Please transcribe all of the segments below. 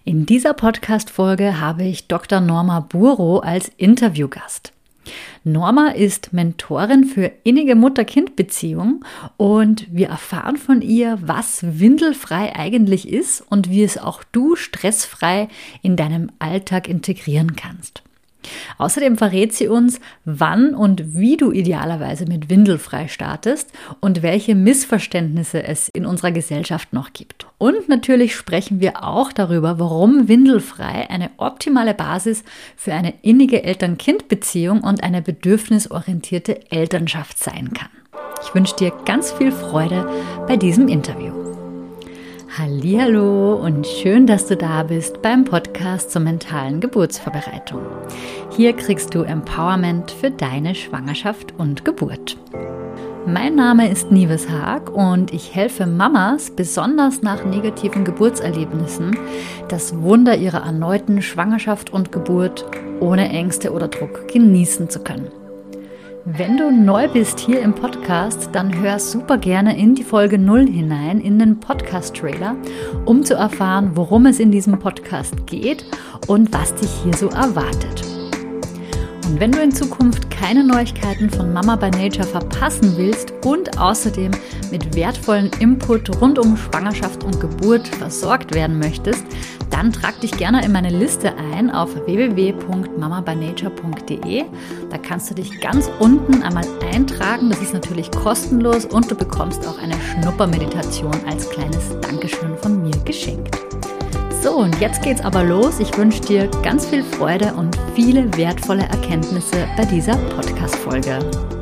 In dieser Podcast-Folge habe ich Dr. Norma Burow als Interviewgast. Norma ist Mentorin für innige Mutter-Kind-Beziehung und wir erfahren von ihr, was windelfrei eigentlich ist und wie es auch du stressfrei in deinem Alltag integrieren kannst. Außerdem verrät sie uns, wann und wie du idealerweise mit windelfrei startest und welche Missverständnisse es in unserer Gesellschaft noch gibt. Und natürlich sprechen wir auch darüber, warum windelfrei eine optimale Basis für eine innige Eltern-Kind-Beziehung und eine bedürfnisorientierte Elternschaft sein kann. Ich wünsche dir ganz viel Freude bei diesem Interview. Hallihallo und schön, dass du da bist beim Podcast zur mentalen Geburtsvorbereitung. Hier kriegst du Empowerment für deine Schwangerschaft und Geburt. Mein Name ist Nives Haag und ich helfe Mamas, besonders nach negativen Geburtserlebnissen, das Wunder ihrer erneuten Schwangerschaft und Geburt ohne Ängste oder Druck genießen zu können. Wenn du neu bist hier im Podcast, dann hör super gerne in die Folge 0 hinein, in den Podcast-Trailer, um zu erfahren, worum es in diesem Podcast geht und was dich hier so erwartet. Und wenn du in Zukunft keine Neuigkeiten von Mama by Nature verpassen willst und außerdem mit wertvollen Input rund um Schwangerschaft und Geburt versorgt werden möchtest, dann trag dich gerne in meine Liste ein auf www.mamabynature.de. Da kannst du dich ganz unten einmal eintragen. Das ist natürlich kostenlos und du bekommst auch eine Schnuppermeditation als kleines Dankeschön von mir geschenkt. So, und jetzt geht's aber los. Ich wünsche dir ganz viel Freude und viele wertvolle Erkenntnisse bei dieser Podcast-Folge.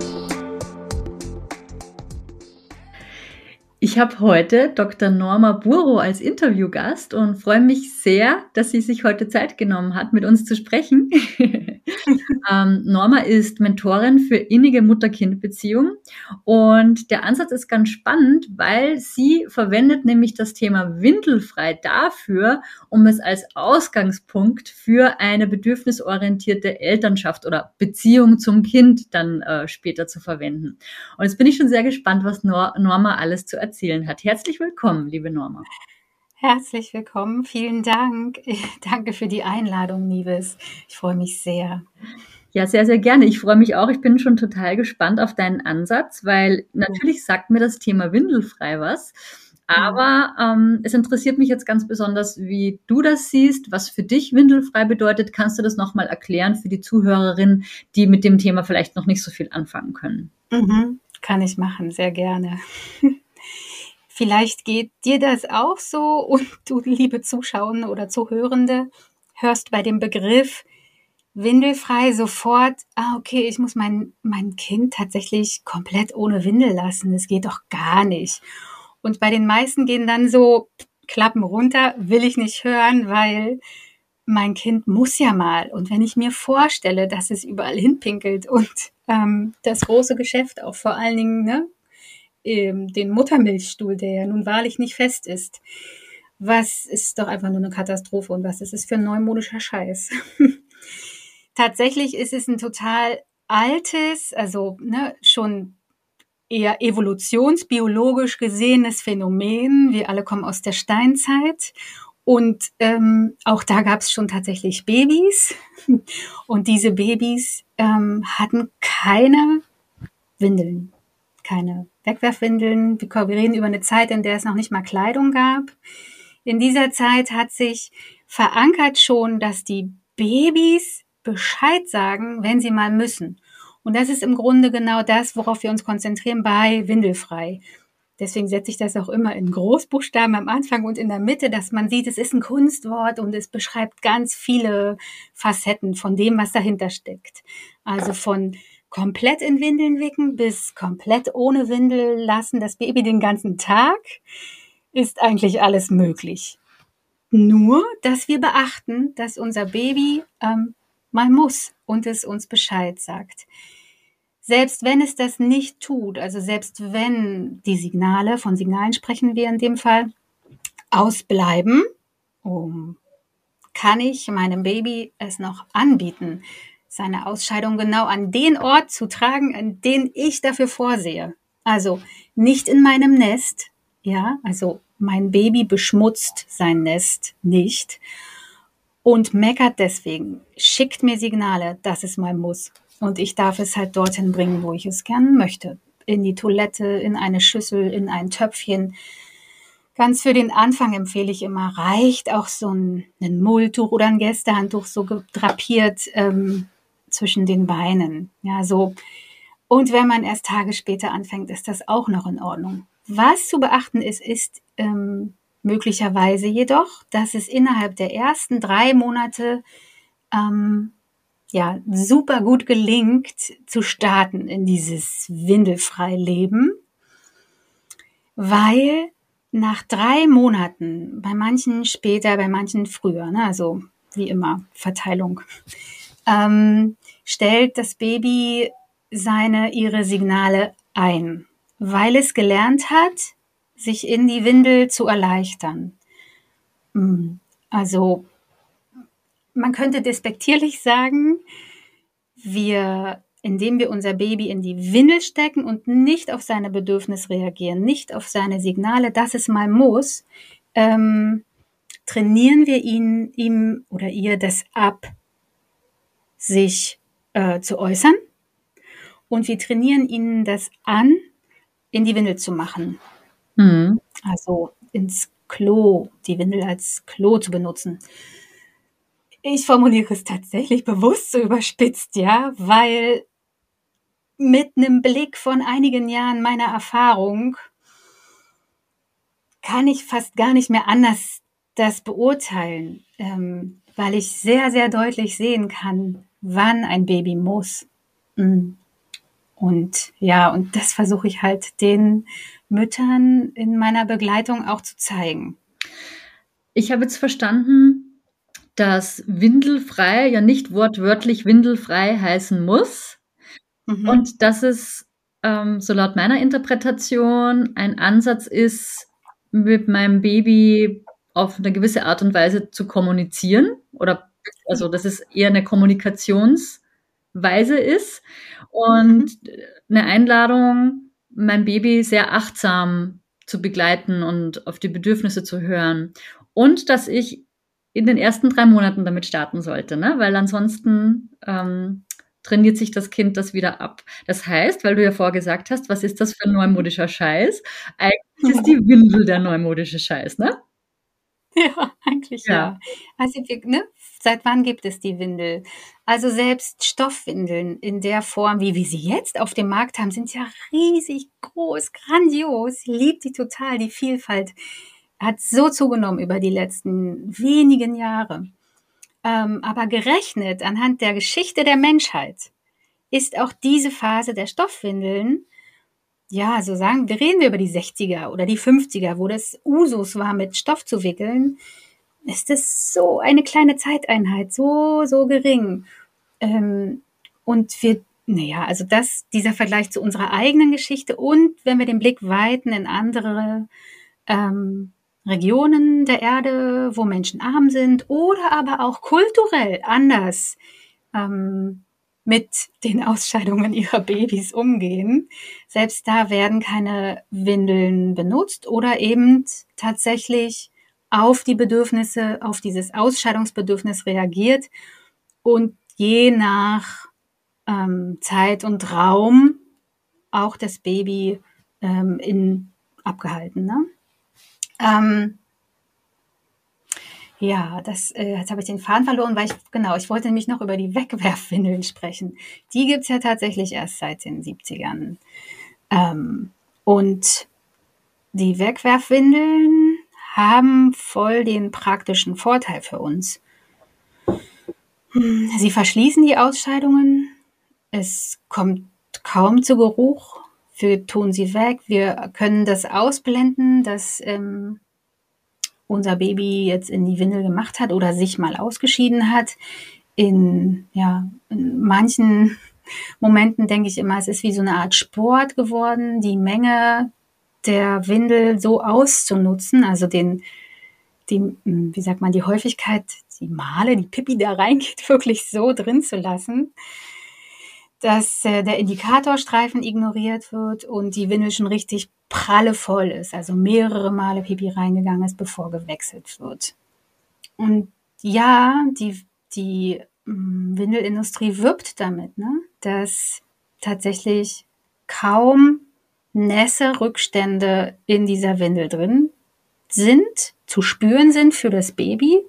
Ich habe heute Dr. Norma Burow als Interviewgast und freue mich sehr, dass sie sich heute Zeit genommen hat, mit uns zu sprechen. Norma ist Mentorin für innige Mutter-Kind-Beziehung und der Ansatz ist ganz spannend, weil sie verwendet nämlich das Thema windelfrei dafür, um es als Ausgangspunkt für eine bedürfnisorientierte Elternschaft oder Beziehung zum Kind dann später zu verwenden. Und jetzt bin ich schon sehr gespannt, was Norma alles zu erzählen hat. Herzlich willkommen, liebe Norma. Herzlich willkommen, vielen Dank. Danke für die Einladung, Nives. Ich freue mich sehr. Ja, sehr, sehr gerne. Ich freue mich auch. Ich bin schon total gespannt auf deinen Ansatz, weil natürlich sagt mir das Thema windelfrei was. Aber es interessiert mich jetzt ganz besonders, wie du das siehst, was für dich windelfrei bedeutet. Kannst du das nochmal erklären für die Zuhörerinnen, die mit dem Thema vielleicht noch nicht so viel anfangen können? Kann ich machen, sehr gerne. Vielleicht geht dir das auch so und du, liebe Zuschauer oder Zuhörende, hörst bei dem Begriff windelfrei sofort, okay, ich muss mein Kind tatsächlich komplett ohne Windel lassen. Das geht doch gar nicht. Und bei den meisten gehen dann so Klappen runter, will ich nicht hören, weil mein Kind muss ja mal. Und wenn ich mir vorstelle, dass es überall hinpinkelt und das große Geschäft auch vor allen Dingen, den Muttermilchstuhl, der ja nun wahrlich nicht fest ist. Was ist doch einfach nur eine Katastrophe und was ist es für ein neumodischer Scheiß? Tatsächlich ist es ein total altes, also schon eher evolutionsbiologisch gesehenes Phänomen. Wir alle kommen aus der Steinzeit und auch da gab es schon tatsächlich Babys und diese Babys hatten keine Windeln, keine Wegwerfwindeln. Wir reden über eine Zeit, in der es noch nicht mal Kleidung gab. In dieser Zeit hat sich verankert schon, dass die Babys Bescheid sagen, wenn sie mal müssen. Und das ist im Grunde genau das, worauf wir uns konzentrieren bei windelfrei. Deswegen setze ich das auch immer in Großbuchstaben am Anfang und in der Mitte, dass man sieht, es ist ein Kunstwort und es beschreibt ganz viele Facetten von dem, was dahinter steckt. Also von komplett in Windeln wicken bis komplett ohne Windel lassen, das Baby den ganzen Tag, ist eigentlich alles möglich. Nur, dass wir beachten, dass unser Baby mal muss und es uns Bescheid sagt. Selbst wenn es das nicht tut, also selbst wenn die Signale, von Signalen sprechen wir in dem Fall, ausbleiben, kann ich meinem Baby es noch anbieten, seine Ausscheidung genau an den Ort zu tragen, an den ich dafür vorsehe. Also nicht in meinem Nest, ja, also mein Baby beschmutzt sein Nest nicht und meckert deswegen, schickt mir Signale, dass es mal muss. Und ich darf es halt dorthin bringen, wo ich es gern möchte. In die Toilette, in eine Schüssel, in ein Töpfchen. Ganz für den Anfang empfehle ich immer, reicht auch so ein Mulltuch oder ein Gästehandtuch so drapiert zwischen den Beinen. Ja, so. Und wenn man erst Tage später anfängt, ist das auch noch in Ordnung. Was zu beachten ist möglicherweise jedoch, dass es innerhalb der ersten 3 Monate super gut gelingt, zu starten in dieses Windelfrei-Leben, weil nach 3 Monaten, bei manchen später, bei manchen früher, ne, also wie immer, Verteilung, stellt das Baby ihre Signale ein, weil es gelernt hat, sich in die Windel zu erleichtern. Also man könnte despektierlich sagen, indem wir unser Baby in die Windel stecken und nicht auf seine Bedürfnisse reagieren, nicht auf seine Signale, dass es mal muss, trainieren wir ihm oder ihr das ab, sich zu äußern. Und wir trainieren ihnen das an, in die Windel zu machen. Mhm. Also ins Klo, die Windel als Klo zu benutzen. Ich formuliere es tatsächlich bewusst so überspitzt, ja, weil mit einem Blick von einigen Jahren meiner Erfahrung kann ich fast gar nicht mehr anders das beurteilen, weil ich sehr, sehr deutlich sehen kann, wann ein Baby muss. Und ja, und das versuche ich halt den Müttern in meiner Begleitung auch zu zeigen. Ich habe jetzt verstanden, dass windelfrei ja nicht wortwörtlich windelfrei heißen muss. Und dass es, so laut meiner Interpretation, ein Ansatz ist, mit meinem Baby auf eine gewisse Art und Weise zu kommunizieren. Oder also dass es eher eine Kommunikationsweise ist. Und eine Einladung, mein Baby sehr achtsam zu begleiten und auf die Bedürfnisse zu hören. Und dass ich in den ersten 3 Monaten damit starten sollte, ne? Weil ansonsten trainiert sich das Kind das wieder ab. Das heißt, weil du ja vorher gesagt hast, was ist das für ein neumodischer Scheiß? Eigentlich ist die Windel der neumodische Scheiß, ne? Ja, eigentlich ja. Also seit wann gibt es die Windel? Also selbst Stoffwindeln in der Form, wie wir sie jetzt auf dem Markt haben, sind ja riesig groß, grandios. Ich liebe die total. Die Vielfalt hat so zugenommen über die letzten wenigen Jahre. Aber gerechnet anhand der Geschichte der Menschheit ist auch diese Phase der Stoffwindeln, ja, so reden wir über die 60er oder die 50er, wo das Usus war, mit Stoff zu wickeln, ist es so eine kleine Zeiteinheit, so gering. Und dieser Vergleich zu unserer eigenen Geschichte und wenn wir den Blick weiten in andere Regionen der Erde, wo Menschen arm sind oder aber auch kulturell anders mit den Ausscheidungen ihrer Babys umgehen. Selbst da werden keine Windeln benutzt oder eben tatsächlich auf die Bedürfnisse, auf dieses Ausscheidungsbedürfnis reagiert und je nach Zeit und Raum auch das Baby abgehalten, ne? Jetzt habe ich den Faden verloren, weil ich wollte nämlich noch über die Wegwerfwindeln sprechen. Die gibt's ja tatsächlich erst seit den 70ern. Und die Wegwerfwindeln haben voll den praktischen Vorteil für uns. Sie verschließen die Ausscheidungen. Es kommt kaum zu Geruch. Wir tun sie weg. Wir können das ausblenden, dass unser Baby jetzt in die Windel gemacht hat oder sich mal ausgeschieden hat. In manchen Momenten denke ich immer, es ist wie so eine Art Sport geworden, die Menge der Windel so auszunutzen, also die Häufigkeit, die Male, die Pipi da reingeht, wirklich so drin zu lassen, dass der Indikatorstreifen ignoriert wird und die Windel schon richtig prallevoll ist, also mehrere Male Pipi reingegangen ist, bevor gewechselt wird. Und ja, die Windelindustrie wirbt damit, ne, dass tatsächlich kaum Nässe-Rückstände in dieser Windel drin sind, zu spüren sind für das Baby,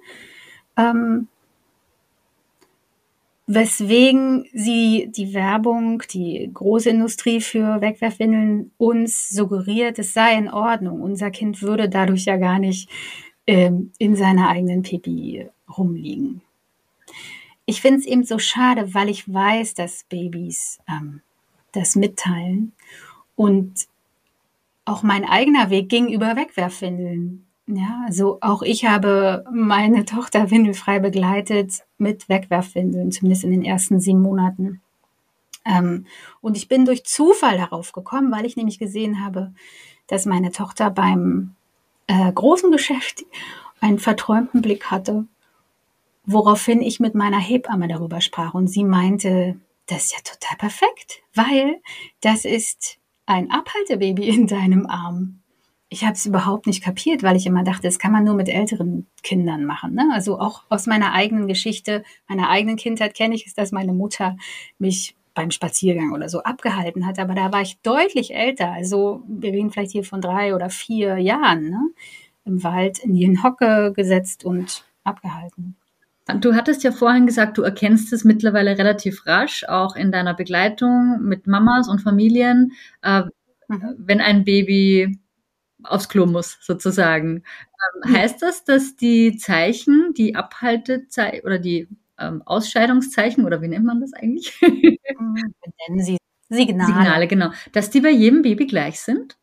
weswegen die Werbung, die große Industrie für Wegwerfwindeln uns suggeriert, es sei in Ordnung. Unser Kind würde dadurch ja gar nicht in seiner eigenen Pipi rumliegen. Ich finde es eben so schade, weil ich weiß, dass Babys das mitteilen. Und auch mein eigener Weg ging über Wegwerfwindeln. Ja, also auch ich habe meine Tochter windelfrei begleitet mit Wegwerfwindeln, zumindest in den ersten 7 Monaten. Und ich bin durch Zufall darauf gekommen, weil ich nämlich gesehen habe, dass meine Tochter beim großen Geschäft einen verträumten Blick hatte, woraufhin ich mit meiner Hebamme darüber sprach. Und sie meinte, das ist ja total perfekt, weil das ist ein Abhaltebaby in deinem Arm. Ich habe es überhaupt nicht kapiert, weil ich immer dachte, das kann man nur mit älteren Kindern machen. Ne? Also auch aus meiner eigenen Geschichte, meiner eigenen Kindheit kenne ich es, dass meine Mutter mich beim Spaziergang oder so abgehalten hat. Aber da war ich deutlich älter. Also wir reden vielleicht hier von 3 oder 4 Jahren. Ne? Im Wald in die Hocke gesetzt und abgehalten. Du hattest ja vorhin gesagt, du erkennst es mittlerweile relativ rasch, auch in deiner Begleitung mit Mamas und Familien, wenn ein Baby aufs Klo muss, sozusagen. Heißt das, dass die Zeichen, die Abhaltezeichen oder die Ausscheidungszeichen, oder wie nennt man das eigentlich? Wir nennen sie Signale, genau. Dass die bei jedem Baby gleich sind?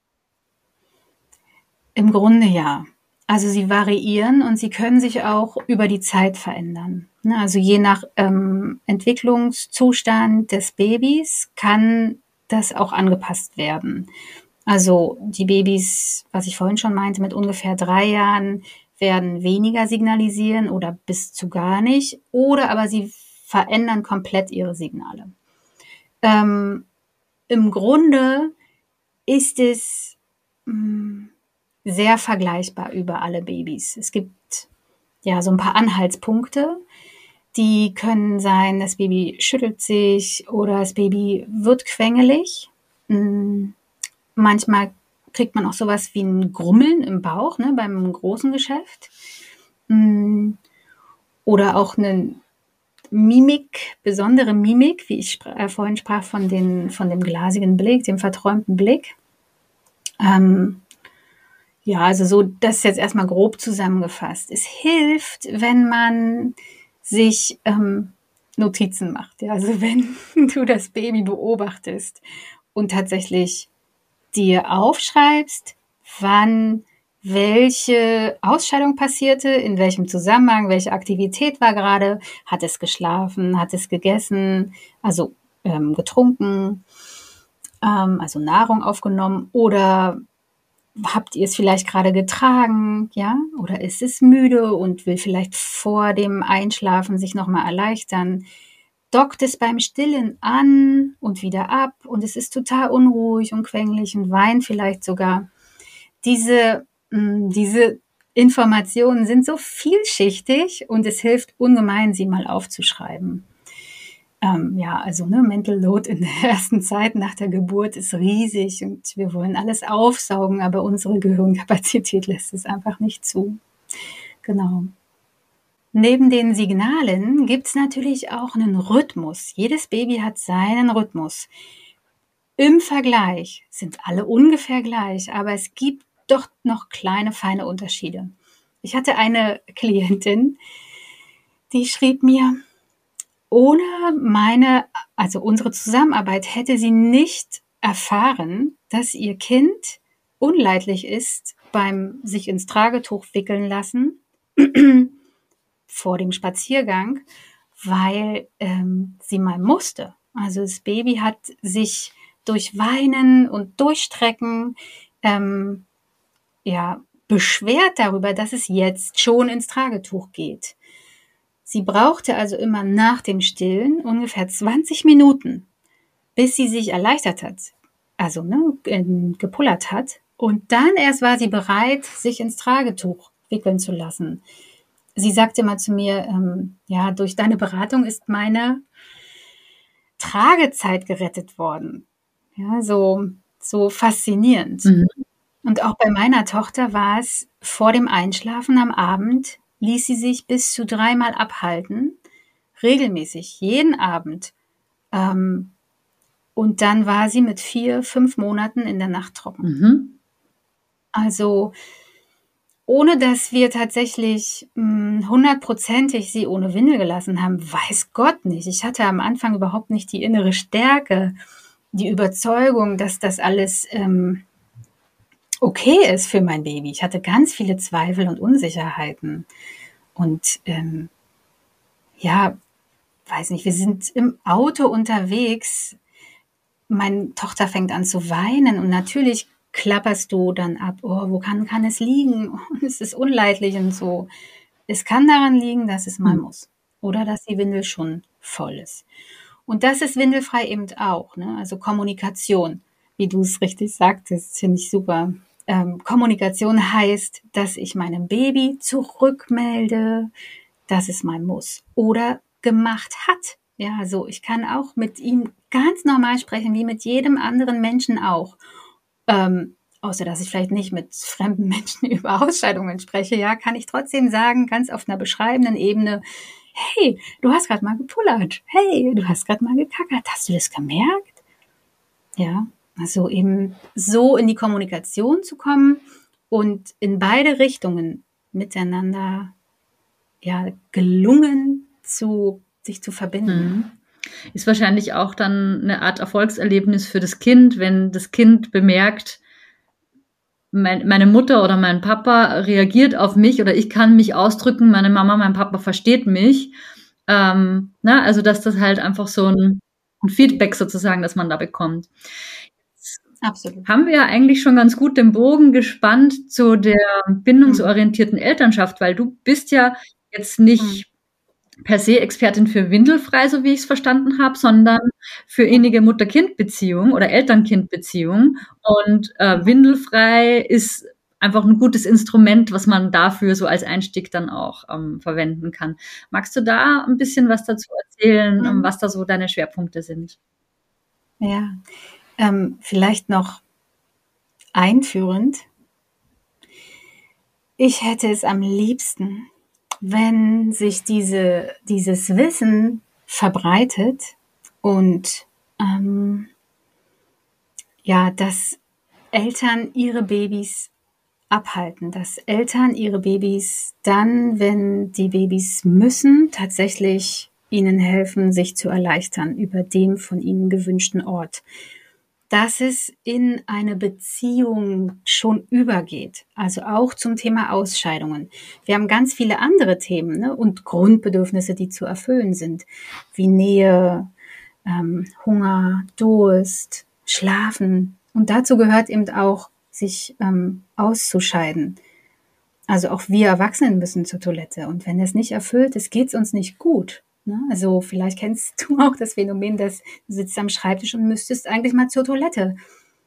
Im Grunde ja. Also sie variieren und sie können sich auch über die Zeit verändern. Also je nach Entwicklungszustand des Babys kann das auch angepasst werden. Also die Babys, was ich vorhin schon meinte, mit ungefähr 3 Jahren werden weniger signalisieren oder bis zu gar nicht. Oder aber sie verändern komplett ihre Signale. Im Grunde ist es sehr vergleichbar über alle Babys. Es gibt ja so ein paar Anhaltspunkte, die können sein, das Baby schüttelt sich oder das Baby wird quengelig. Manchmal kriegt man auch sowas wie ein Grummeln im Bauch, ne, beim großen Geschäft. Oder auch eine Mimik, besondere Mimik, wie ich vorhin sprach von dem glasigen Blick, dem verträumten Blick. Ja, also so, das ist jetzt erstmal grob zusammengefasst. Es hilft, wenn man sich Notizen macht. Ja, also wenn du das Baby beobachtest und tatsächlich dir aufschreibst, wann welche Ausscheidung passierte, in welchem Zusammenhang, welche Aktivität war gerade, hat es geschlafen, hat es gegessen, also getrunken, also Nahrung aufgenommen oder habt ihr es vielleicht gerade getragen, ja? Oder ist es müde und will vielleicht vor dem Einschlafen sich nochmal erleichtern? Dockt es beim Stillen an und wieder ab und es ist total unruhig und quengelig und weint vielleicht sogar. Diese Informationen sind so vielschichtig und es hilft ungemein, sie mal aufzuschreiben. Ja, also Mental Load in der ersten Zeit nach der Geburt ist riesig und wir wollen alles aufsaugen, aber unsere Gehirnkapazität lässt es einfach nicht zu. Genau. Neben den Signalen gibt es natürlich auch einen Rhythmus. Jedes Baby hat seinen Rhythmus. Im Vergleich sind alle ungefähr gleich, aber es gibt doch noch kleine, feine Unterschiede. Ich hatte eine Klientin, die schrieb mir, ohne unsere Zusammenarbeit hätte sie nicht erfahren, dass ihr Kind unleidlich ist beim sich ins Tragetuch wickeln lassen vor dem Spaziergang, weil sie mal musste. Also das Baby hat sich durch Weinen und Durchstrecken beschwert darüber, dass es jetzt schon ins Tragetuch geht. Sie brauchte also immer nach dem Stillen ungefähr 20 Minuten, bis sie sich erleichtert hat. also gepullert hat. Und dann erst war sie bereit, sich ins Tragetuch wickeln zu lassen. Sie sagte mal zu mir, ja, durch deine Beratung ist meine Tragezeit gerettet worden. Ja, so faszinierend. Mhm. Und auch bei meiner Tochter war es vor dem Einschlafen am Abend, ließ sie sich bis zu 3-mal abhalten, regelmäßig, jeden Abend. Und dann war sie mit 4, 5 Monaten in der Nacht trocken. Mhm. Also ohne dass wir tatsächlich 100%ig sie ohne Windel gelassen haben, weiß Gott nicht. Ich hatte am Anfang überhaupt nicht die innere Stärke, die Überzeugung, dass das alles okay ist für mein Baby. Ich hatte ganz viele Zweifel und Unsicherheiten. Und ja, weiß nicht, wir sind im Auto unterwegs. Meine Tochter fängt an zu weinen und natürlich klapperst du dann ab, oh, wo kann es liegen? Und es ist unleidlich und so. Es kann daran liegen, dass es mal muss oder dass die Windel schon voll ist. Und das ist windelfrei eben auch, ne? Also Kommunikation, wie du es richtig sagtest, finde ich super. Kommunikation heißt, dass ich meinem Baby zurückmelde, dass es mal muss oder gemacht hat. Ja, so ich kann auch mit ihm ganz normal sprechen, wie mit jedem anderen Menschen auch. Außer dass ich vielleicht nicht mit fremden Menschen über Ausscheidungen spreche, ja, kann ich trotzdem sagen, ganz auf einer beschreibenden Ebene, hey, du hast gerade mal gepullert. Hey, du hast gerade mal gekackert. Hast du das gemerkt? Ja, also eben so in die Kommunikation zu kommen und in beide Richtungen miteinander ja gelungen sich zu verbinden. Ist wahrscheinlich auch dann eine Art Erfolgserlebnis für das Kind, wenn das Kind bemerkt, meine Mutter oder mein Papa reagiert auf mich oder ich kann mich ausdrücken, meine Mama, mein Papa versteht mich. Also dass das halt einfach so ein Feedback sozusagen, das man da bekommt. Absolut. Haben wir ja eigentlich schon ganz gut den Bogen gespannt zu der bindungsorientierten Elternschaft, weil du bist ja jetzt nicht per se Expertin für Windelfrei, so wie ich es verstanden habe, sondern für innige Mutter-Kind-Beziehung oder Eltern-Kind-Beziehung. Und Windelfrei ist einfach ein gutes Instrument, was man dafür so als Einstieg dann auch verwenden kann. Magst du da ein bisschen was dazu erzählen, was da so deine Schwerpunkte sind? Ja, vielleicht noch einführend. Ich hätte es am liebsten, wenn sich dieses Wissen verbreitet und dass Eltern ihre Babys abhalten, dass Eltern ihre Babys dann, wenn die Babys müssen, tatsächlich ihnen helfen, sich zu erleichtern über dem von ihnen gewünschten Ort. Dass es in eine Beziehung schon übergeht, also auch zum Thema Ausscheidungen. Wir haben ganz viele andere Themen, ne? Und Grundbedürfnisse, die zu erfüllen sind, wie Nähe, Hunger, Durst, Schlafen. Und dazu gehört eben auch, sich auszuscheiden. Also auch wir Erwachsenen müssen zur Toilette. Und wenn das nicht erfüllt ist, geht es uns nicht gut. Ne? Also vielleicht kennst du auch das Phänomen, dass du sitzt am Schreibtisch und müsstest eigentlich mal zur Toilette.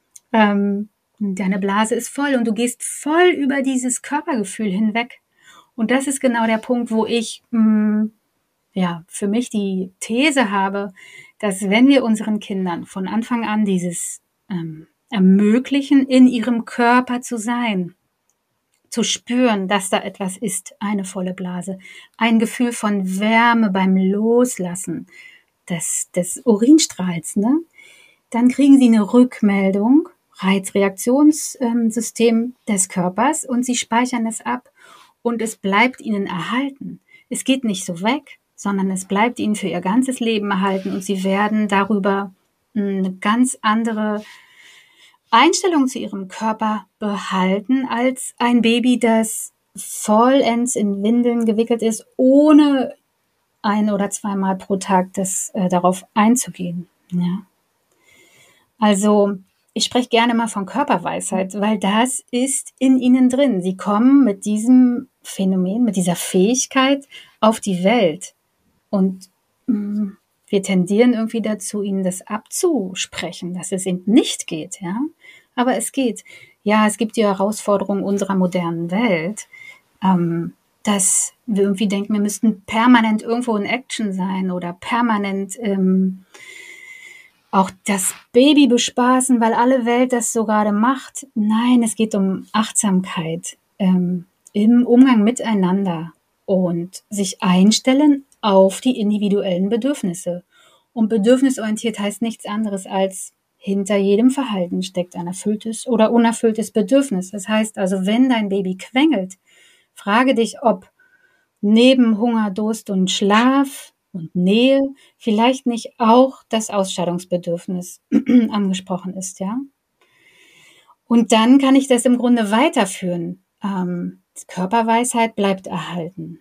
Deine Blase ist voll und du gehst voll über dieses Körpergefühl hinweg. Und das ist genau der Punkt, wo ich für mich die These habe, dass wenn wir unseren Kindern von Anfang an dieses ermöglichen, in ihrem Körper zu sein, zu spüren, dass da etwas ist, eine volle Blase, ein Gefühl von Wärme beim Loslassen des Urinstrahls, ne? Dann kriegen sie eine Rückmeldung, Reizreaktionssystem des Körpers und sie speichern es ab und es bleibt ihnen erhalten. Es geht nicht so weg, sondern es bleibt ihnen für ihr ganzes Leben erhalten und sie werden darüber eine ganz andere Einstellung zu ihrem Körper behalten als ein Baby, das vollends in Windeln gewickelt ist, ohne 1- oder 2-mal pro Tag darauf einzugehen. Ja. Also ich spreche gerne mal von Körperweisheit, weil das ist in ihnen drin. Sie kommen mit diesem Phänomen, mit dieser Fähigkeit auf die Welt. Und Wir tendieren irgendwie dazu, ihnen das abzusprechen, dass es eben nicht geht, ja. Aber es geht. Ja, es gibt die Herausforderungen unserer modernen Welt, dass wir irgendwie denken, wir müssten permanent irgendwo in Action sein oder permanent auch das Baby bespaßen, weil alle Welt das so gerade macht. Nein, es geht um Achtsamkeit im Umgang miteinander und sich einstellen auf die individuellen Bedürfnisse. Und bedürfnisorientiert heißt nichts anderes als hinter jedem Verhalten steckt ein erfülltes oder unerfülltes Bedürfnis. Das heißt also, wenn dein Baby quengelt, frage dich, ob neben Hunger, Durst und Schlaf und Nähe vielleicht nicht auch das Ausscheidungsbedürfnis angesprochen ist, ja? Und dann kann ich das im Grunde weiterführen. Körperweisheit bleibt erhalten.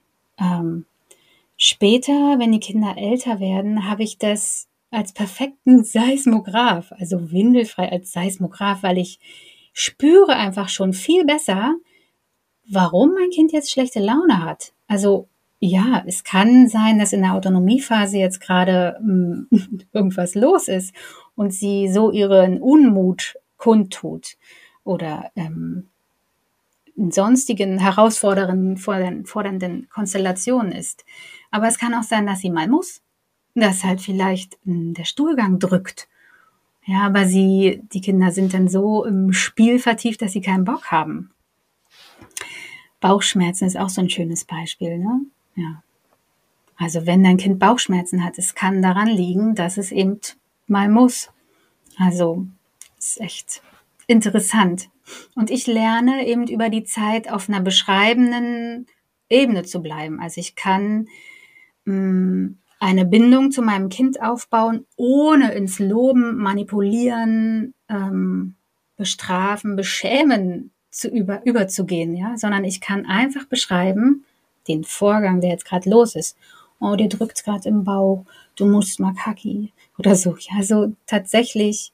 Später, wenn die Kinder älter werden, habe ich das als perfekten Seismograph, also windelfrei als Seismograph, weil ich spüre einfach schon viel besser, warum mein Kind jetzt schlechte Laune hat. Also ja, es kann sein, dass in der Autonomiephase jetzt gerade irgendwas los ist und sie so ihren Unmut kundtut oder in sonstigen herausfordernden Konstellationen ist. Aber es kann auch sein, dass sie mal muss, dass halt vielleicht der Stuhlgang drückt. Ja, aber die Kinder sind dann so im Spiel vertieft, dass sie keinen Bock haben. Bauchschmerzen ist auch so ein schönes Beispiel, ne? Ja. Also wenn dein Kind Bauchschmerzen hat, es kann daran liegen, dass es eben mal muss. Also ist echt interessant. Und ich lerne eben über die Zeit auf einer beschreibenden Ebene zu bleiben. Also ich kann eine Bindung zu meinem Kind aufbauen, ohne ins Loben, Manipulieren, Bestrafen, Beschämen überzugehen, ja, sondern ich kann einfach beschreiben, den Vorgang, der jetzt gerade los ist. Oh, dir drückt's gerade im Bauch, du musst mal Kaki oder so. Ja, so tatsächlich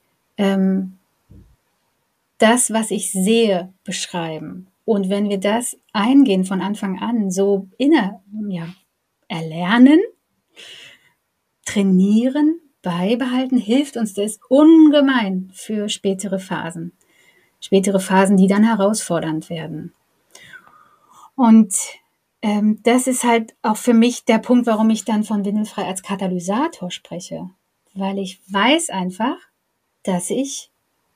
das, was ich sehe, beschreiben. Und wenn wir das eingehen von Anfang an, so erlernen, trainieren, beibehalten, hilft uns das ungemein für spätere Phasen. Spätere Phasen, die dann herausfordernd werden. Und das ist halt auch für mich der Punkt, warum ich dann von Windelfrei als Katalysator spreche. Weil ich weiß einfach, dass ich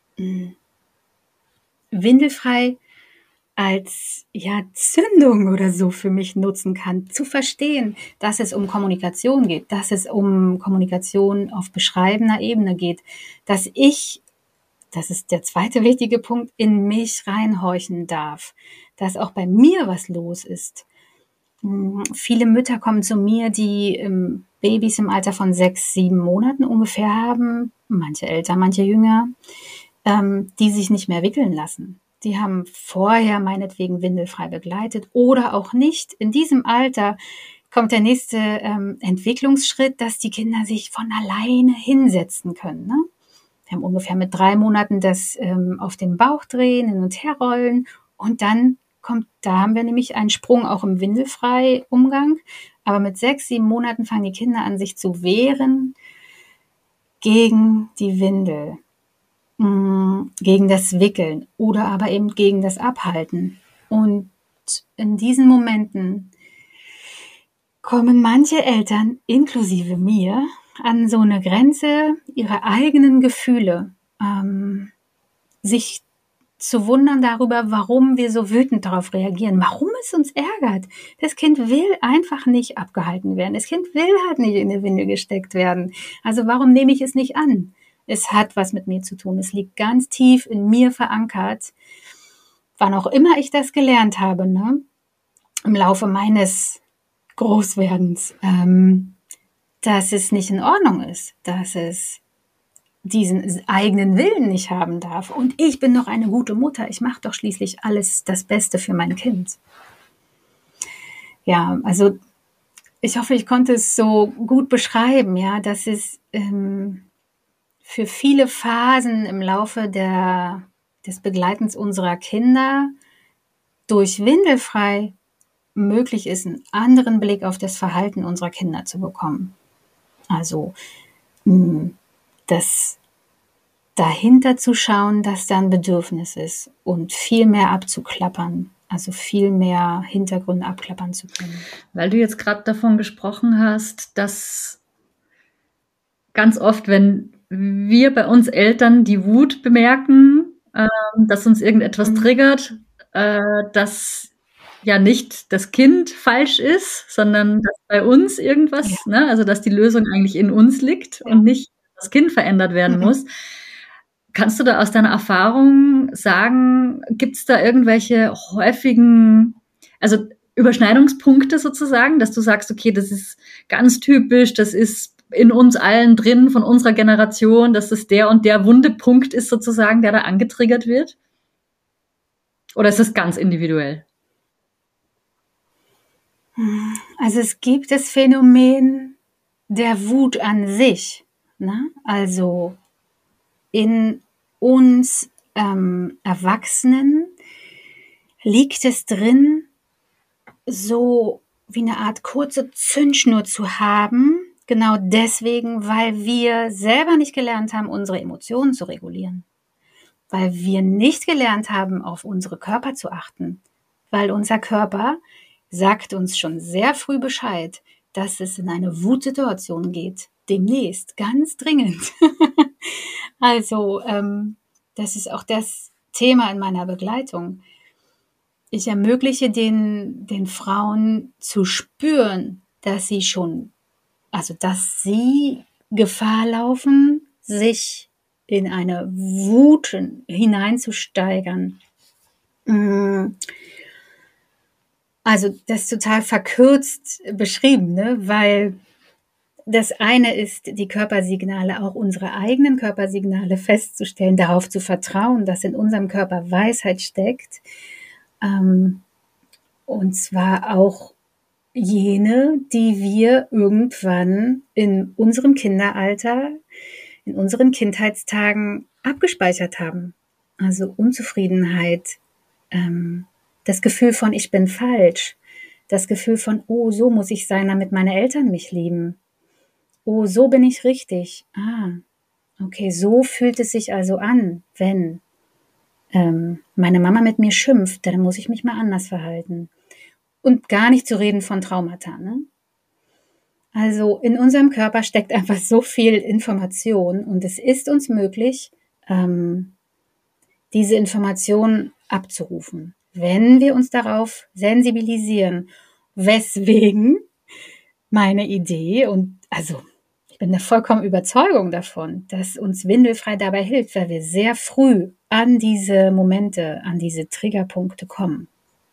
Windelfrei als Zündung oder so für mich nutzen kann, zu verstehen, dass es um Kommunikation geht, dass es um Kommunikation auf beschreibender Ebene geht, dass ich, das ist der zweite wichtige Punkt, in mich reinhorchen darf, dass auch bei mir was los ist. Viele Mütter kommen zu mir, die Babys im Alter von 6, 7 Monaten ungefähr haben, manche älter, manche jünger, die sich nicht mehr wickeln lassen. Die haben vorher meinetwegen windelfrei begleitet oder auch nicht. In diesem Alter kommt der nächste Entwicklungsschritt, dass die Kinder sich von alleine hinsetzen können. Ne? Wir haben ungefähr mit 3 Monaten das auf den Bauch drehen, hin und her rollen und dann da haben wir nämlich einen Sprung auch im Windelfrei-Umgang. Aber mit 6, 7 Monaten fangen die Kinder an, sich zu wehren gegen die Windel, gegen das Wickeln oder aber eben gegen das Abhalten. Und in diesen Momenten kommen manche Eltern, inklusive mir, an so eine Grenze ihrer eigenen Gefühle, sich zu wundern darüber, warum wir so wütend darauf reagieren, warum es uns ärgert. Das Kind will einfach nicht abgehalten werden. Das Kind will halt nicht in eine Windel gesteckt werden. Also warum nehme ich es nicht an? Es hat was mit mir zu tun. Es liegt ganz tief in mir verankert, wann auch immer ich das gelernt habe, ne? Im Laufe meines Großwerdens, dass es nicht in Ordnung ist, dass es diesen eigenen Willen nicht haben darf. Und ich bin doch eine gute Mutter. Ich mache doch schließlich alles das Beste für mein Kind. Ja, also ich hoffe, ich konnte es so gut beschreiben, ja, dass es für viele Phasen im Laufe des Begleitens unserer Kinder durch Windelfrei möglich ist, einen anderen Blick auf das Verhalten unserer Kinder zu bekommen. Also das dahinter zu schauen, dass da ein Bedürfnis ist und viel mehr abzuklappern, also viel mehr Hintergründe abklappern zu können. Weil du jetzt gerade davon gesprochen hast, dass ganz oft, wenn wir bei uns Eltern die Wut bemerken, dass uns irgendetwas triggert, dass ja nicht das Kind falsch ist, sondern dass bei uns irgendwas, ne, also dass die Lösung eigentlich in uns liegt und nicht das Kind verändert werden muss. Kannst du da aus deiner Erfahrung sagen, gibt es da irgendwelche häufigen, also Überschneidungspunkte sozusagen, dass du sagst, okay, das ist ganz typisch, das ist in uns allen drin, von unserer Generation, dass es der und der Wundepunkt ist sozusagen, der da angetriggert wird? Oder ist das ganz individuell? Also es gibt das Phänomen der Wut an sich, ne? Also in uns Erwachsenen liegt es drin, so wie eine Art kurze Zündschnur zu haben, genau deswegen, weil wir selber nicht gelernt haben, unsere Emotionen zu regulieren, weil wir nicht gelernt haben, auf unsere Körper zu achten, weil unser Körper sagt uns schon sehr früh Bescheid, dass es in eine Wutsituation geht, demnächst, ganz dringend. Also, das ist auch das Thema in meiner Begleitung. Ich ermögliche den Frauen zu spüren, dass sie schon, also dass sie Gefahr laufen, sich in eine Wut hineinzusteigern. Also das ist total verkürzt beschrieben, ne? Weil das eine ist, die Körpersignale, auch unsere eigenen Körpersignale festzustellen, darauf zu vertrauen, dass in unserem Körper Weisheit steckt. Und zwar auch jene, die wir irgendwann in unserem Kinderalter, in unseren Kindheitstagen abgespeichert haben. Also Unzufriedenheit, das Gefühl von ich bin falsch, das Gefühl von oh, so muss ich sein, damit meine Eltern mich lieben. Oh, so bin ich richtig. Ah, okay, so fühlt es sich also an, wenn meine Mama mit mir schimpft, dann muss ich mich mal anders verhalten. Und gar nicht zu reden von Traumata, ne? Also in unserem Körper steckt einfach so viel Information und es ist uns möglich, diese Information abzurufen, wenn wir uns darauf sensibilisieren. Weswegen meine Idee und also ich bin der vollkommen Überzeugung davon, dass uns Windelfrei dabei hilft, weil wir sehr früh an diese Momente, an diese Triggerpunkte kommen.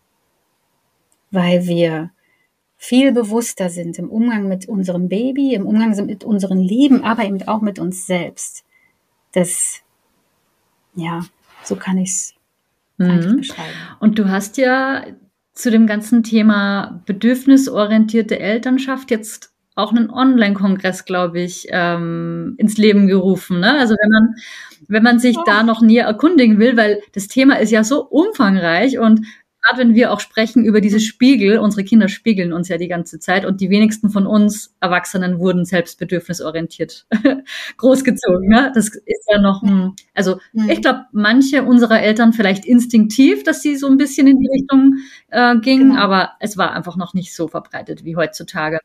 Weil wir viel bewusster sind im Umgang mit unserem Baby, im Umgang mit unseren Lieben, aber eben auch mit uns selbst. Das, ja, so kann ich es eigentlich beschreiben. Und du hast ja zu dem ganzen Thema bedürfnisorientierte Elternschaft jetzt auch einen Online-Kongress, glaube ich, ins Leben gerufen. Ne? Also wenn man sich da noch näher erkundigen will, weil das Thema ist ja so umfangreich und gerade wenn wir auch sprechen über diese Spiegel, unsere Kinder spiegeln uns ja die ganze Zeit und die wenigsten von uns Erwachsenen wurden selbst bedürfnisorientiert großgezogen. Ne? Das ist ja noch also ich glaube, manche unserer Eltern vielleicht instinktiv, dass sie so ein bisschen in die Richtung gingen, aber es war einfach noch nicht so verbreitet wie heutzutage.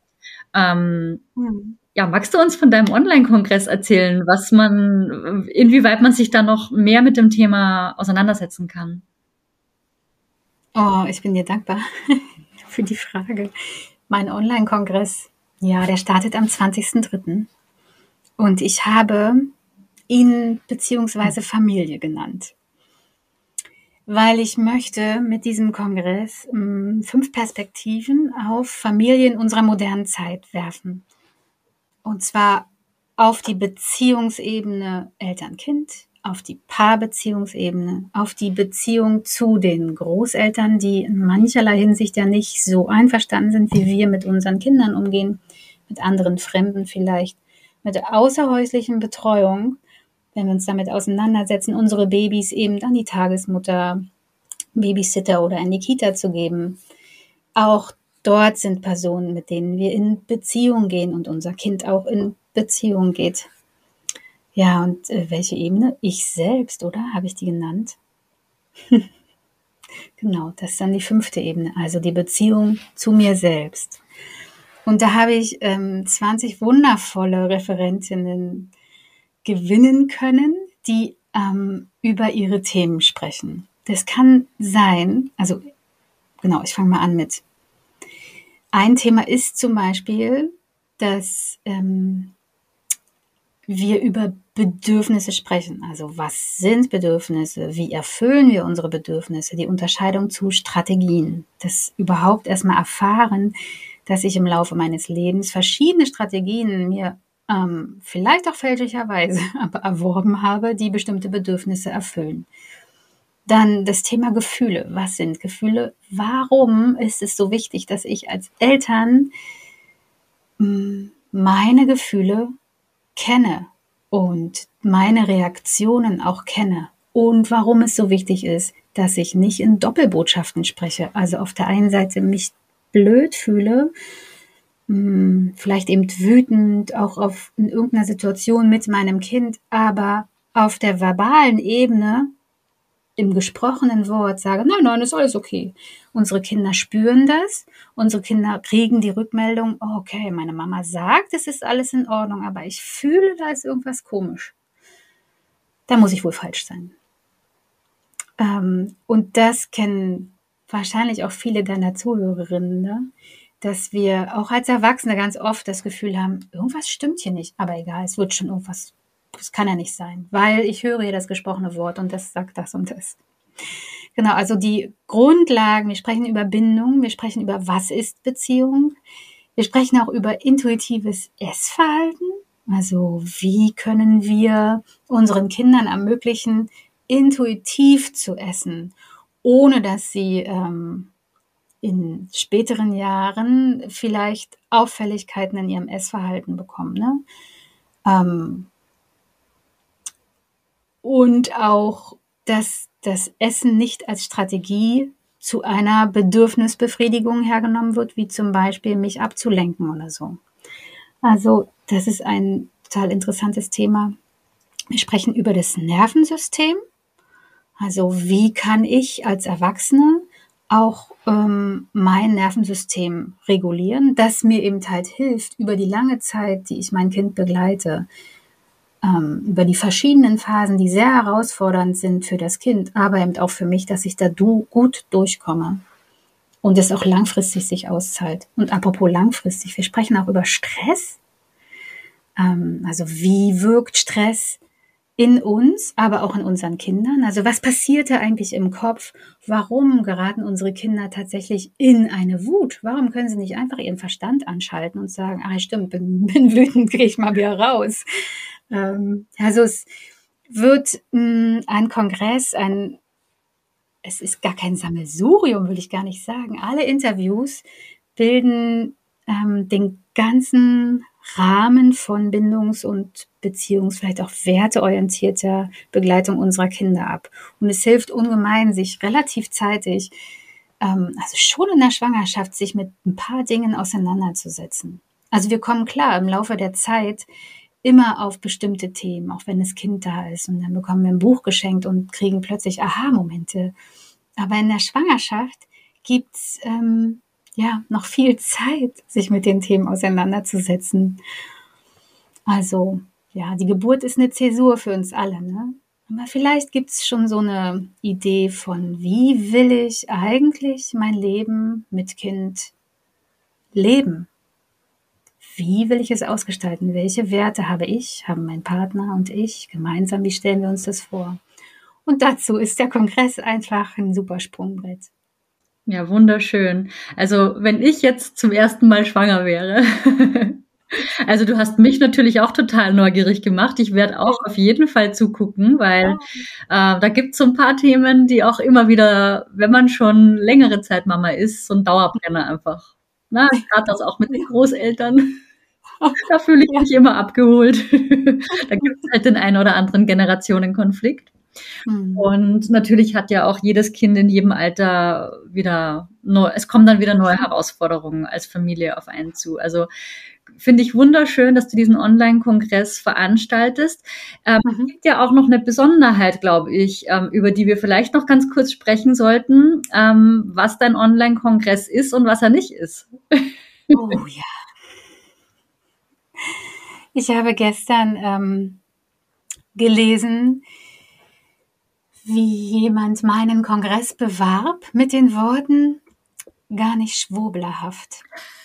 Ja, magst du uns von deinem Online-Kongress erzählen, inwieweit man sich da noch mehr mit dem Thema auseinandersetzen kann? Oh, ich bin dir dankbar für die Frage. Mein Online-Kongress, ja, der startet am 20.03. Und ich habe ihn beziehungsweise Familie genannt. Weil ich möchte mit diesem Kongress 5 Perspektiven auf Familien unserer modernen Zeit werfen. Und zwar auf die Beziehungsebene Eltern-Kind, auf die Paarbeziehungsebene, auf die Beziehung zu den Großeltern, die in mancherlei Hinsicht ja nicht so einverstanden sind, wie wir mit unseren Kindern umgehen, mit anderen Fremden vielleicht, mit der außerhäuslichen Betreuung, wenn wir uns damit auseinandersetzen, unsere Babys eben an die Tagesmutter, Babysitter oder in die Kita zu geben. Auch Dort sind Personen, mit denen wir in Beziehung gehen und unser Kind auch in Beziehung geht. Ja, und welche Ebene? Ich selbst, oder? Habe ich die genannt? Genau, das ist dann die 5. Ebene, also die Beziehung zu mir selbst. Und da habe ich 20 wundervolle Referentinnen gewinnen können, die über ihre Themen sprechen. Das kann sein, also genau, ich fange mal an mit. Ein Thema ist zum Beispiel, dass wir über Bedürfnisse sprechen. Also was sind Bedürfnisse? Wie erfüllen wir unsere Bedürfnisse? Die Unterscheidung zu Strategien. Das überhaupt erstmal erfahren, dass ich im Laufe meines Lebens verschiedene Strategien mir vielleicht auch fälschlicherweise aber erworben habe, die bestimmte Bedürfnisse erfüllen. Dann das Thema Gefühle. Was sind Gefühle? Warum ist es so wichtig, dass ich als Eltern meine Gefühle kenne und meine Reaktionen auch kenne? Und warum es so wichtig ist, dass ich nicht in Doppelbotschaften spreche. Also auf der einen Seite mich blöd fühle, vielleicht eben wütend, auch in irgendeiner Situation mit meinem Kind, aber auf der verbalen Ebene im gesprochenen Wort sage, nein, ist alles okay. Unsere Kinder spüren das, unsere Kinder kriegen die Rückmeldung, okay, meine Mama sagt, es ist alles in Ordnung, aber ich fühle, da ist irgendwas komisch. Da muss ich wohl falsch sein. Und das kennen wahrscheinlich auch viele deiner Zuhörerinnen, ne? Dass wir auch als Erwachsene ganz oft das Gefühl haben, irgendwas stimmt hier nicht, aber egal, es wird schon irgendwas, das kann ja nicht sein, weil ich höre hier das gesprochene Wort und das sagt das und das. Genau, also die Grundlagen, wir sprechen über Bindung, wir sprechen über was ist Beziehung, wir sprechen auch über intuitives Essverhalten, also wie können wir unseren Kindern ermöglichen, intuitiv zu essen, ohne dass sie in späteren Jahren vielleicht Auffälligkeiten in ihrem Essverhalten bekommen. Ne? Und auch, dass das Essen nicht als Strategie zu einer Bedürfnisbefriedigung hergenommen wird, wie zum Beispiel mich abzulenken oder so. Also das ist ein total interessantes Thema. Wir sprechen über das Nervensystem. Also wie kann ich als Erwachsene auch mein Nervensystem regulieren, das mir eben halt hilft, über die lange Zeit, die ich mein Kind begleite, über die verschiedenen Phasen, die sehr herausfordernd sind für das Kind, aber eben auch für mich, dass ich da gut durchkomme und es auch langfristig sich auszahlt. Und apropos langfristig, wir sprechen auch über Stress. Also wie wirkt Stress in uns, aber auch in unseren Kindern? Also was passiert da eigentlich im Kopf? Warum geraten unsere Kinder tatsächlich in eine Wut? Warum können sie nicht einfach ihren Verstand anschalten und sagen, ach stimmt, bin wütend, gehe ich mal wieder raus? Also es wird ein Kongress, es ist gar kein Sammelsurium, will ich gar nicht sagen. Alle Interviews bilden den ganzen Rahmen von bindungs- und vielleicht auch werteorientierter Begleitung unserer Kinder ab. Und es hilft ungemein, sich relativ zeitig, also schon in der Schwangerschaft, sich mit ein paar Dingen auseinanderzusetzen. Also wir kommen klar im Laufe der Zeit immer auf bestimmte Themen, auch wenn das Kind da ist. Und dann bekommen wir ein Buch geschenkt und kriegen plötzlich Aha-Momente. Aber in der Schwangerschaft gibt's noch viel Zeit, sich mit den Themen auseinanderzusetzen. Also, ja, die Geburt ist eine Zäsur für uns alle, ne? Aber vielleicht gibt's schon so eine Idee von, wie will ich eigentlich mein Leben mit Kind leben? Wie will ich es ausgestalten? Welche Werte habe ich, haben mein Partner und ich gemeinsam? Wie stellen wir uns das vor? Und dazu ist der Kongress einfach ein super Sprungbrett. Ja, wunderschön. Also wenn ich jetzt zum ersten Mal schwanger wäre, also du hast mich natürlich auch total neugierig gemacht. Ich werde auch auf jeden Fall zugucken, weil da gibt es so ein paar Themen, die auch immer wieder, wenn man schon längere Zeit Mama ist, so ein Dauerbrenner einfach. Na, gerade das auch mit den Großeltern. Da fühle ich mich immer abgeholt. Da gibt es halt den einen oder anderen Generationenkonflikt. Mhm. Und natürlich hat ja auch jedes Kind in jedem Alter es kommen dann wieder neue Herausforderungen als Familie auf einen zu. Also finde ich wunderschön, dass du diesen Online-Kongress veranstaltest. Es Mhm. gibt ja auch noch eine Besonderheit, glaube ich, über die wir vielleicht noch ganz kurz sprechen sollten, was dein Online-Kongress ist und was er nicht ist. Oh ja. Ich habe gestern gelesen, wie jemand meinen Kongress bewarb mit den Worten, gar nicht schwurblerhaft.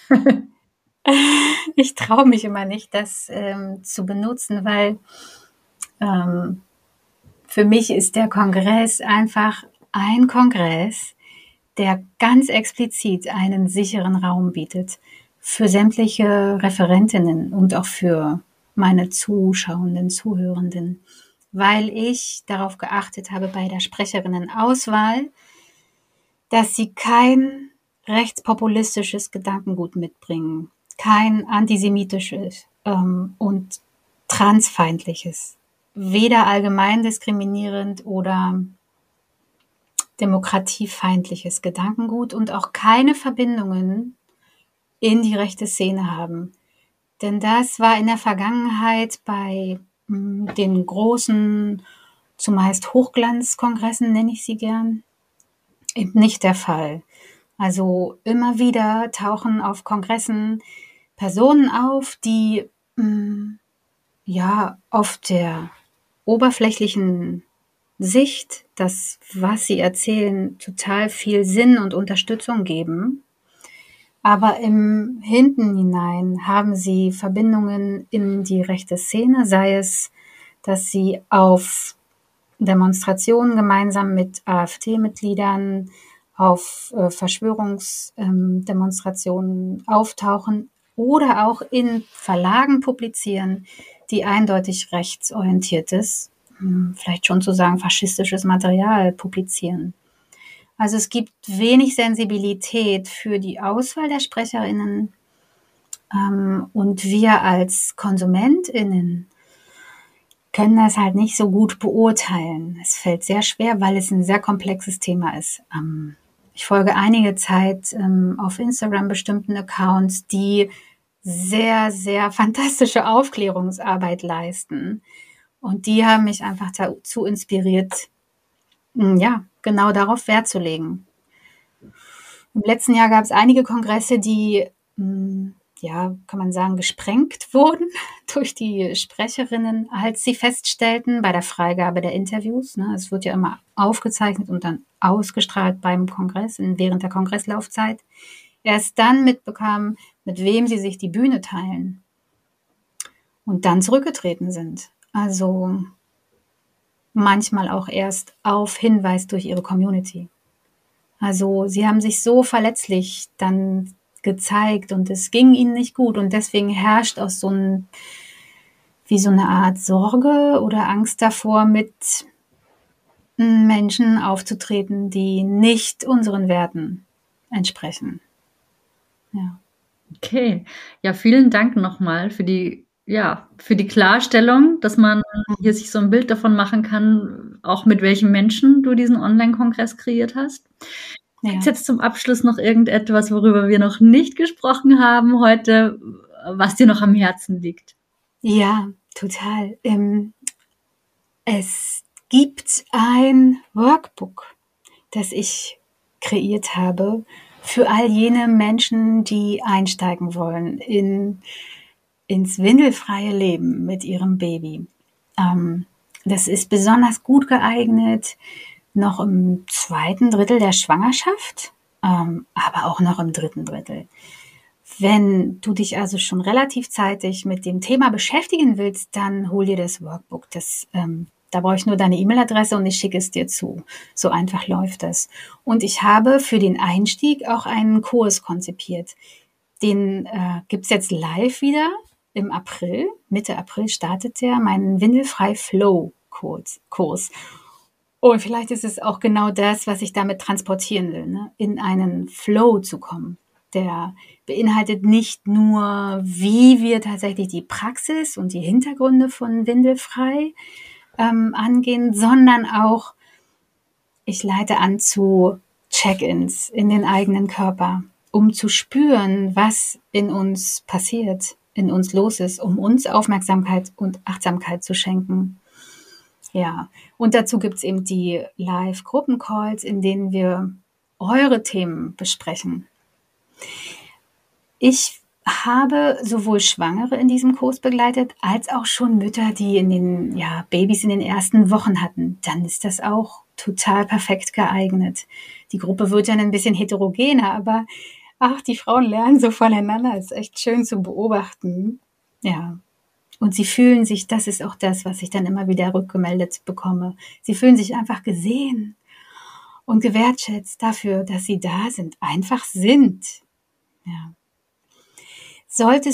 Ich traue mich immer nicht, das zu benutzen, weil ähm, für mich ist der Kongress einfach ein Kongress, der ganz explizit einen sicheren Raum bietet für sämtliche Referentinnen und auch für meine Zuschauenden, Zuhörenden, weil ich darauf geachtet habe bei der Sprecherinnenauswahl, dass sie kein rechtspopulistisches Gedankengut mitbringen, kein antisemitisches und transfeindliches, weder allgemein diskriminierend oder demokratiefeindliches Gedankengut und auch keine Verbindungen in die rechte Szene haben. Denn das war in der Vergangenheit bei den großen, zumeist Hochglanzkongressen, nenne ich sie gern, eben nicht der Fall. Also immer wieder tauchen auf Kongressen Personen auf, die ja auf der oberflächlichen Sicht, das, was sie erzählen, total viel Sinn und Unterstützung geben. Aber im Hinten hinein haben sie Verbindungen in die rechte Szene, sei es, dass sie auf Demonstrationen gemeinsam mit AfD-Mitgliedern, auf Verschwörungsdemonstrationen auftauchen oder auch in Verlagen publizieren, die eindeutig rechtsorientiertes, vielleicht schon zu sagen faschistisches Material publizieren. Also es gibt wenig Sensibilität für die Auswahl der Sprecherinnen und wir als KonsumentInnen können das halt nicht so gut beurteilen. Es fällt sehr schwer, weil es ein sehr komplexes Thema ist. Ich folge einige Zeit auf Instagram bestimmten Accounts, die sehr, sehr fantastische Aufklärungsarbeit leisten. Und die haben mich einfach dazu inspiriert, ja, genau darauf Wert zu legen. Im letzten Jahr gab es einige Kongresse, die, ja, kann man sagen, gesprengt wurden durch die Sprecherinnen, als sie feststellten bei der Freigabe der Interviews. Ne, es wird ja immer aufgezeichnet und dann ausgestrahlt beim Kongress, während der Kongresslaufzeit. Erst dann mitbekamen, mit wem sie sich die Bühne teilen und dann zurückgetreten sind. Also manchmal auch erst auf Hinweis durch ihre Community. Also sie haben sich so verletzlich dann gezeigt und es ging ihnen nicht gut und deswegen herrscht auch wie so eine Art Sorge oder Angst davor, mit Menschen aufzutreten, die nicht unseren Werten entsprechen. Ja. Okay, ja, vielen Dank nochmal für die Klarstellung, dass man hier sich so ein Bild davon machen kann, auch mit welchen Menschen du diesen Online-Kongress kreiert hast. Gibt es Ja. jetzt zum Abschluss noch irgendetwas, worüber wir noch nicht gesprochen haben heute, was dir noch am Herzen liegt? Ja, total. Es gibt ein Workbook, das ich kreiert habe für all jene Menschen, die einsteigen wollen ins windelfreie Leben mit ihrem Baby. Das ist besonders gut geeignet, noch im zweiten Drittel der Schwangerschaft, aber auch noch im dritten Drittel. Wenn du dich also schon relativ zeitig mit dem Thema beschäftigen willst, dann hol dir das Workbook. Da brauche ich nur deine E-Mail-Adresse und ich schicke es dir zu. So einfach läuft das. Und ich habe für den Einstieg auch einen Kurs konzipiert. Den gibt's jetzt live wieder im April. Mitte April startet der, meinen Windelfrei Flow Kurs. Und vielleicht ist es auch genau das, was ich damit transportieren will, ne? In einen Flow zu kommen. Der beinhaltet nicht nur, wie wir tatsächlich die Praxis und die Hintergründe von Windelfrei angehen, sondern auch, ich leite an zu Check-ins in den eigenen Körper, um zu spüren, was in uns passiert, in uns los ist, um uns Aufmerksamkeit und Achtsamkeit zu schenken. Ja, und dazu gibt es eben die Live-Gruppencalls, in denen wir eure Themen besprechen. Ich habe sowohl Schwangere in diesem Kurs begleitet, als auch schon Mütter, die Babys in den ersten Wochen hatten. Dann ist das auch total perfekt geeignet. Die Gruppe wird dann ein bisschen heterogener, aber die Frauen lernen so voneinander. Ist echt schön zu beobachten. Ja. Und sie fühlen sich, das ist auch das, was ich dann immer wieder rückgemeldet bekomme. Sie fühlen sich einfach gesehen und gewertschätzt dafür, dass sie da sind, einfach sind. Ja. Sollte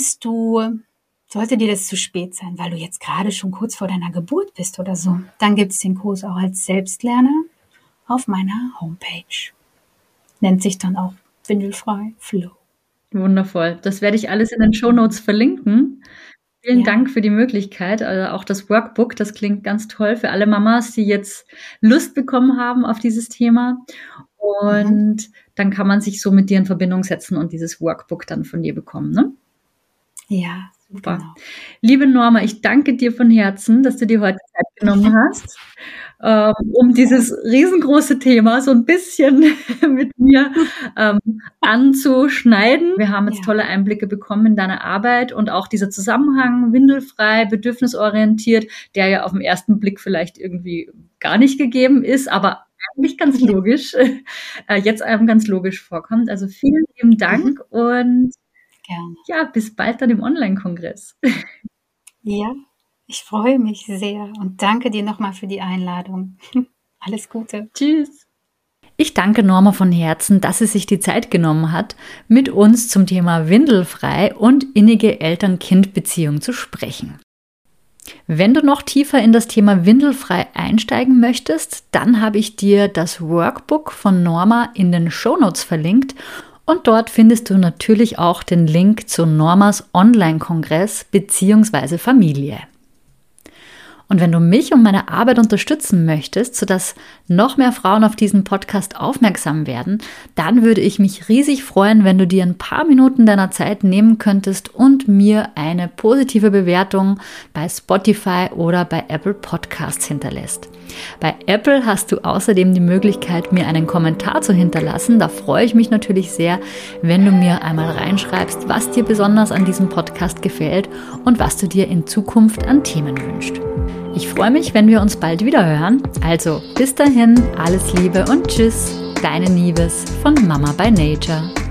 dir das zu spät sein, weil du jetzt gerade schon kurz vor deiner Geburt bist oder so, dann gibt es den Kurs auch als Selbstlerner auf meiner Homepage. Nennt sich dann auch Windelfrei Flow. Wundervoll. Das werde ich alles in den Shownotes verlinken. Vielen Dank für die Möglichkeit. Also auch das Workbook, das klingt ganz toll für alle Mamas, die jetzt Lust bekommen haben auf dieses Thema. Und dann kann man sich so mit dir in Verbindung setzen und dieses Workbook dann von dir bekommen, ne? Ja, super. Genau. Liebe Norma, ich danke dir von Herzen, dass du dir heute Zeit genommen hast, um dieses riesengroße Thema so ein bisschen mit mir anzuschneiden. Wir haben jetzt tolle Einblicke bekommen in deine Arbeit und auch dieser Zusammenhang windelfrei, bedürfnisorientiert, der ja auf den ersten Blick vielleicht irgendwie gar nicht gegeben ist, aber eigentlich ganz logisch, jetzt einem ganz logisch vorkommt. Also vielen lieben Dank und gerne. Ja, bis bald dann im Online-Kongress. Ja, ich freue mich sehr und danke dir nochmal für die Einladung. Alles Gute. Tschüss. Ich danke Norma von Herzen, dass sie sich die Zeit genommen hat, mit uns zum Thema Windelfrei und innige Eltern-Kind-Beziehung zu sprechen. Wenn du noch tiefer in das Thema Windelfrei einsteigen möchtest, dann habe ich dir das Workbook von Norma in den Shownotes verlinkt. Und dort findest du natürlich auch den Link zu Normas Online-Kongress bzw. Familie. Und wenn du mich und meine Arbeit unterstützen möchtest, sodass noch mehr Frauen auf diesen Podcast aufmerksam werden, dann würde ich mich riesig freuen, wenn du dir ein paar Minuten deiner Zeit nehmen könntest und mir eine positive Bewertung bei Spotify oder bei Apple Podcasts hinterlässt. Bei Apple hast du außerdem die Möglichkeit, mir einen Kommentar zu hinterlassen. Da freue ich mich natürlich sehr, wenn du mir einmal reinschreibst, was dir besonders an diesem Podcast gefällt und was du dir in Zukunft an Themen wünschst. Ich freue mich, wenn wir uns bald wieder hören. Also bis dahin, alles Liebe und Tschüss, deine Nieves von Mama by Nature.